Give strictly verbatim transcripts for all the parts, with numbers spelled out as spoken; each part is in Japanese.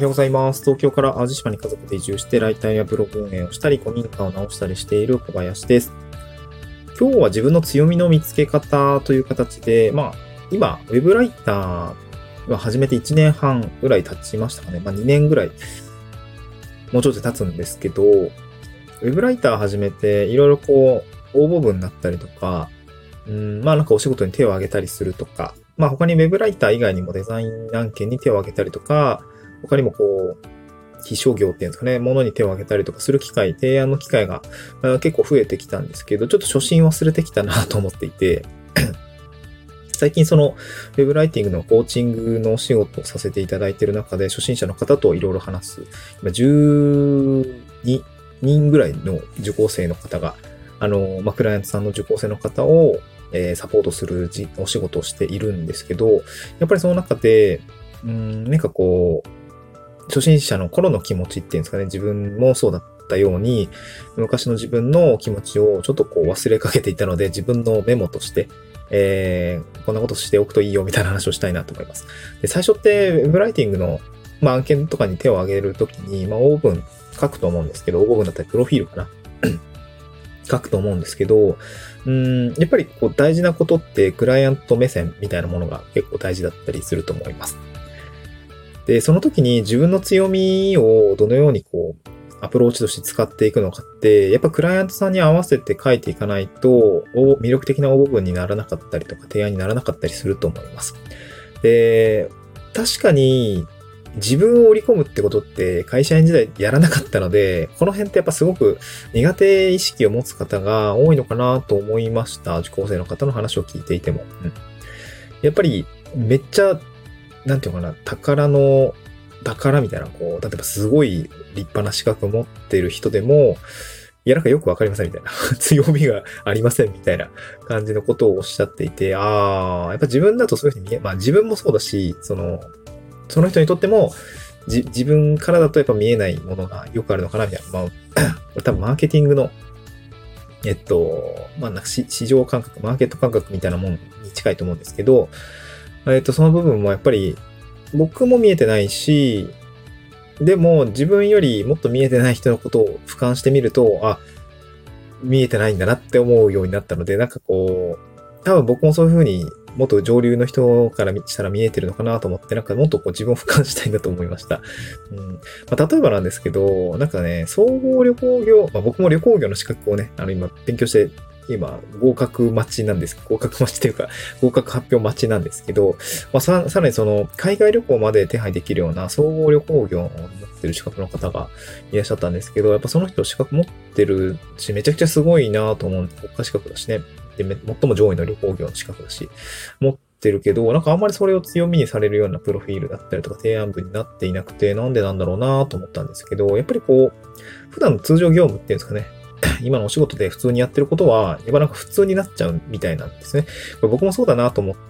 ようございます。東京から淡路島に家族で移住して、ライターやブログ運営をしたり、古民家を直したりしている小林です。今日は自分の強みの見つけ方という形で、まあ、今、ウェブライターは始めていちねんはんぐらい経ちましたかね。まあ、にねんぐらい、もうちょっと経つんですけど、ウェブライター始めて、いろいろこう、応募文だったりとか、うん、まあなんかお仕事に手を挙げたりするとか、まあ他にウェブライター以外にもデザイン案件に手を挙げたりとか、他にもこう、非商業っていうんですかね、ものに手を挙げたりとかする機会、提案の機会が結構増えてきたんですけど、ちょっと初心忘れてきたなと思っていて、最近そのウェブライティングのコーチングのお仕事をさせていただいている中で、初心者の方といろいろ話す、今じゅうににんぐらいの受講生の方が、あの、まあ、クライアントさんの受講生の方を、えー、サポートするお仕事をしているんですけど、やっぱりその中で、うーん、なんかこう、初心者の頃の気持ちっていうんですかね、自分もそうだったように、昔の自分の気持ちをちょっとこう忘れかけていたので、自分のメモとして、えー、こんなことしておくといいよみたいな話をしたいなと思います。で、最初って、ウェブライティングの、まあ、案件とかに手を挙げるときに、まあ、応募文書くと思うんですけど、応募文だったり、プロフィールかな書くと思うんですけど、うーん、やっぱりこう大事なことって、クライアント目線みたいなものが結構大事だったりすると思います。で、その時に自分の強みをどのようにこう、アプローチとして使っていくのかって、やっぱクライアントさんに合わせて書いていかないと、魅力的な応募文にならなかったりとか、提案にならなかったりすると思います。で、確かに自分を売り込むってことって会社員時代やらなかったので、この辺ってやっぱすごく苦手意識を持つ方が多いのかなと思いました。受講生の方の話を聞いていても。うん、やっぱりめっちゃなんていうのかな、宝の、宝みたいな、こう、例えばすごい立派な資格を持っている人でも、いや、なんかよくわかりませんみたいな。強みがありませんみたいな感じのことをおっしゃっていて、ああ、やっぱ自分だとそういうふうに見え、まあ自分もそうだし、その、その人にとっても、じ、自分からだとやっぱ見えないものがよくあるのかなみたいな。まあ、これ多分マーケティングの、えっと、まあ、なんか市場感覚、マーケット感覚みたいなものに近いと思うんですけど、えっと、その部分もやっぱり僕も見えてないし、でも自分よりもっと見えてない人のことを俯瞰してみると、あ、見えてないんだなって思うようになったので、なんかこう、多分僕もそういう風にもっと上流の人からしたら見えてるのかなと思って、なんかもっとこう自分を俯瞰したいんだと思いました。うん。まあ、例えばなんですけど、なんかね、総合旅行業、まあ僕も旅行業の資格をね、あの今勉強して今、合格待ちなんです。合格待ちというか、合格発表待ちなんですけど、まあ、さ、さらにその、海外旅行まで手配できるような総合旅行業を持ってる資格の方がいらっしゃったんですけど、やっぱその人資格持ってるし、めちゃくちゃすごいなと思う。国家資格だしね。で、最も上位の旅行業の資格だし、持ってるけど、なんかあんまりそれを強みにされるようなプロフィールだったりとか提案文になっていなくて、なんでなんだろうなと思ったんですけど、やっぱりこう、普段の通常業務っていうんですかね。今のお仕事で普通にやってることは、やっぱなんか普通になっちゃうみたいなんですね。これ僕もそうだなと思って、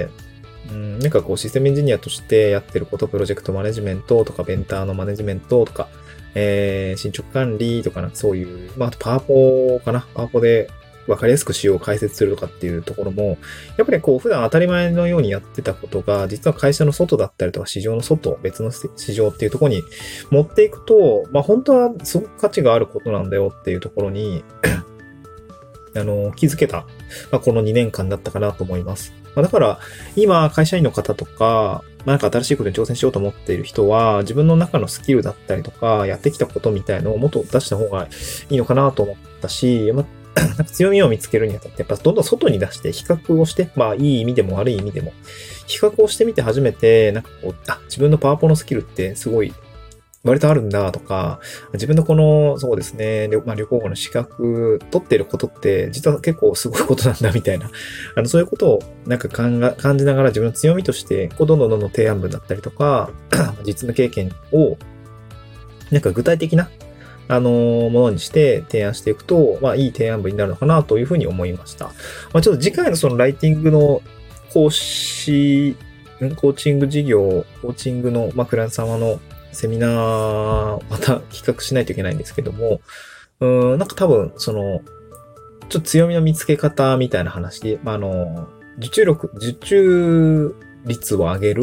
うん、なんかこうシステムエンジニアとしてやってること、プロジェクトマネジメントとか、ベンターのマネジメントとか、えー、進捗管理とかなんかそういう、まああとパワポかな。パワポで分かりやすく仕様を解説するとかっていうところも、やっぱりこう普段当たり前のようにやってたことが、実は会社の外だったりとか市場の外、別の市場っていうところに持っていくと、まあ本当はすごく価値があることなんだよっていうところに、あの、気づけた、まあ、このにねんかんだったかなと思います。まあ、だから、今、会社員の方とか、まあ、なんか新しいことに挑戦しようと思っている人は、自分の中のスキルだったりとか、やってきたことみたいのをもっと出した方がいいのかなと思ったし、まあ、なんか強みを見つけるにあたって、やっぱどんどん外に出して比較をして、まあ、いい意味でも悪い意味でも、比較をしてみて初めて、なんかこう、あ、自分のパワポのスキルってすごい、割とあるんだとか、自分のこの、そうですね、まあ、旅行後の資格取ってることって、実は結構すごいことなんだみたいな、あの、そういうことをなんか感じながら自分の強みとして、こう、どんどんどんどん提案文だったりとか、実務経験を、なんか具体的な、あの、ものにして提案していくと、まあ、いい提案文になるのかなというふうに思いました。まあ、ちょっと次回のそのライティングの講師、コーチング事業、コーチングの、まあ、クライアント様のセミナー、また企画しないといけないんですけども、うーん、なんか多分、その、ちょっと強みの見つけ方みたいな話で、まあ、あの、受注力、受注率を上げる、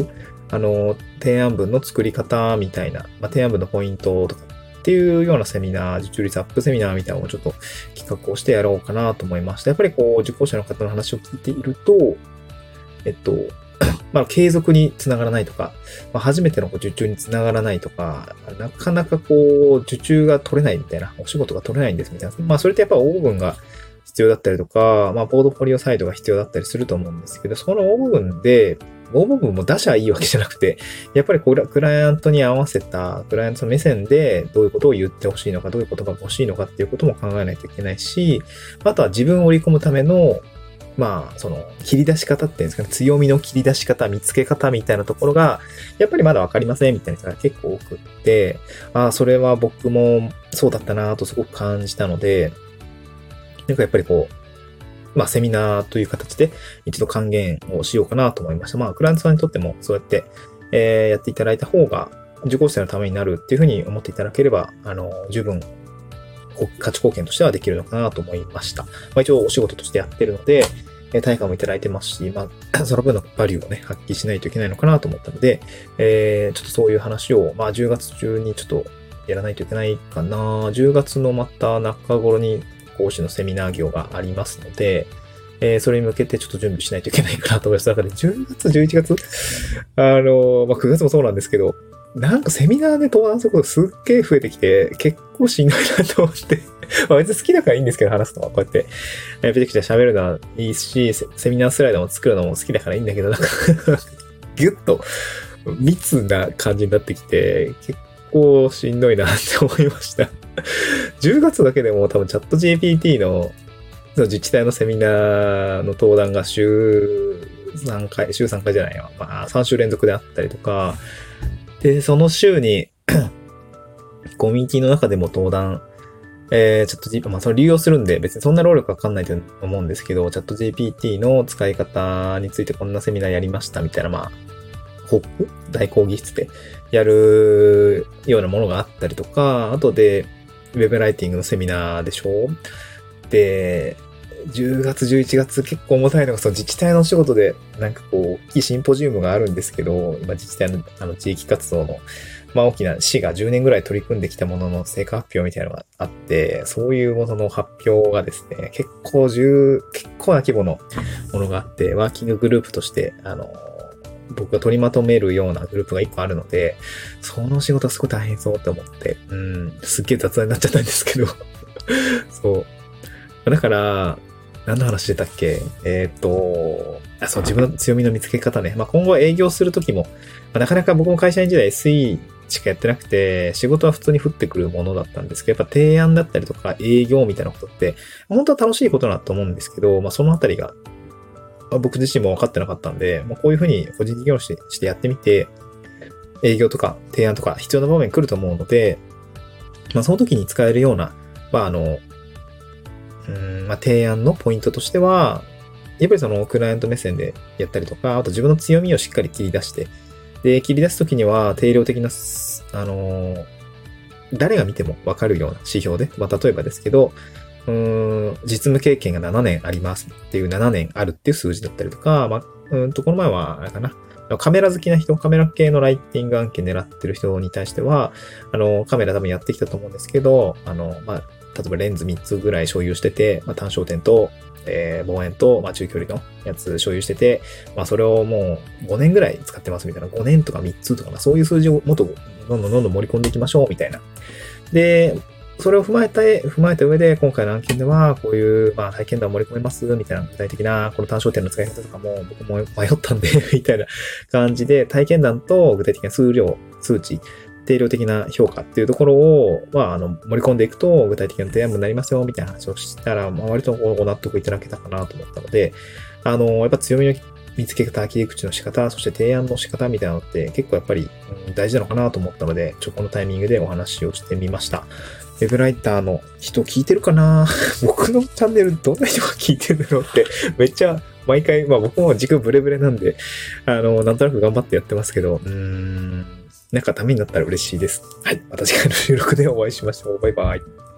あの、提案文の作り方みたいな、まあ、提案文のポイントとかっていうようなセミナー、受注率アップセミナーみたいなのをちょっと企画をしてやろうかなと思いました。やっぱりこう、受講者の方の話を聞いていると、えっと、まあ、継続につながらないとか、まあ、初めての受注につながらないとか、なかなかこう、受注が取れないみたいな、お仕事が取れないんですみたいな。まあ、それってやっぱ応募が必要だったりとか、まあ、ポートフォリオサイトが必要だったりすると思うんですけど、その応募文で、応募文も出しゃいいわけじゃなくて、やっぱりこうクライアントに合わせた、クライアントの目線でどういうことを言ってほしいのか、どういう言葉が欲しいのかっていうことも考えないといけないし、あとは自分を売り込むための、まあ、その、切り出し方っていうんですかね、強みの切り出し方、見つけ方みたいなところが、やっぱりまだわかりませんみたいな人が結構多くって、ああ、それは僕もそうだったなとすごく感じたので、なんかやっぱりこう、まあ、セミナーという形で一度還元をしようかなと思いました。まあ、クライアントさんにとってもそうやって、えー、やっていただいた方が、受講生のためになるっていうふうに思っていただければ、あの、十分、価値貢献としてはできるのかなと思いました。まあ、一応お仕事としてやってるので、対価もいただいてますし、まあ、その分のバリューをね、発揮しないといけないのかなと思ったので、えー、ちょっとそういう話を、まあ、じゅうがつ中にちょっとやらないといけないかな。じゅうがつのまた中頃に講師のセミナー業がありますので、えー、それに向けてちょっと準備しないといけないかなと思います。だからじゅうがつ、じゅういちがつあの、まあ、くがつもそうなんですけど、なんかセミナーで登壇することすっげー増えてきて、結構しんどいなと思って。まあ別に好きだからいいんですけど、話すのはこうやって、えー、ペテキで喋るのはいいし、セミナースライドも作るのも好きだからいいんだけど、なんかギュッと密な感じになってきて、結構しんどいなって思いました。じゅうがつだけでも多分チャット ジーピーティー の自治体のセミナーの登壇が週さんかい、週さんかいじゃないよ。まあさん週連続であったりとか、で、その週にコミュニティの中でも登壇、えー、チャット ジーピーティー、まあそれ利用するんで別にそんな労力かかんないと思うんですけど、チャット ジーピーティー の使い方についてこんなセミナーやりましたみたいな、まあ、報告大講義室でやるようなものがあったりとか、あとで、ウェブライティングのセミナーでしょ？で、じゅうがつ、じゅういちがつ結構重たいのが、その自治体のお仕事で、なんかこう、大きいシンポジウムがあるんですけど、今自治体のあの地域活動の、まあ大きな市がじゅうねんぐらい取り組んできたものの成果発表みたいなのがあって、そういうものの発表がですね、結構重、結構な規模のものがあって、ワーキンググループとして、あの、僕が取りまとめるようなグループが一個あるので、その仕事はすごい大変そうって思って、うん、すっげえ雑談になっちゃったんですけど、そう。だから、何の話してたっけえーっと、あ、そう、自分の強みの見つけ方ね。まあ、今後営業するときも、まあ、なかなか僕も会社員時代 エスイー しかやってなくて、仕事は普通に降ってくるものだったんですけど、やっぱ提案だったりとか営業みたいなことって、本当は楽しいことだと思うんですけど、まあ、そのあたりが、まあ、僕自身も分かってなかったんで、まあ、こういうふうに個人事業主してやってみて、営業とか提案とか必要な場面来ると思うので、まあ、その時に使えるような、まあ、あの、うんまあ、提案のポイントとしては、やっぱりそのクライアント目線でやったりとか、あと自分の強みをしっかり切り出して、で、切り出すときには定量的な、あのー、誰が見てもわかるような指標で、まあ、例えばですけど、うーん、実務経験がななねんありますっていうななねんあるっていう数字だったりとか、まあ、うんと、この前は、あれかな、カメラ好きな人、カメラ系のライティング案件狙ってる人に対しては、あの、カメラ多分やってきたと思うんですけど、あの、まあ、例えばレンズみっつぐらい所有してて、まあ、単焦点と、えー、望遠と、まあ、中距離のやつ所有してて、まあ、それをもうごねんぐらい使ってますみたいな、ごねんとかみっつとか、まあ、そういう数字をもっとどんどんどんどん盛り込んでいきましょうみたいな。で、それを踏まえて、踏まえた上で、今回の案件では、こういう、まあ、体験談を盛り込めます、みたいな、具体的な、この単焦点の使い方とかも、僕も迷ったんで、みたいな感じで、体験談と具体的な数量、数値、定量的な評価っていうところを、まあ、あの、盛り込んでいくと、具体的な提案になりますよ、みたいな話をしたら、まあ、割とご納得いただけたかなと思ったので、あの、やっぱ強みの見つけ方、切り口の仕方、そして提案の仕方みたいなのって結構やっぱり、うん、大事なのかなと思ったので、ちょ、このタイミングでお話をしてみました。ウェブライターの人聞いてるかな僕のチャンネルどんな人が聞いてるんだろうって、めっちゃ毎回、まあ僕も軸ブレブレなんで、あの、なんとなく頑張ってやってますけど、うーん、なんかためになったら嬉しいです。はい。また次回の収録でお会いしましょう。バイバイ。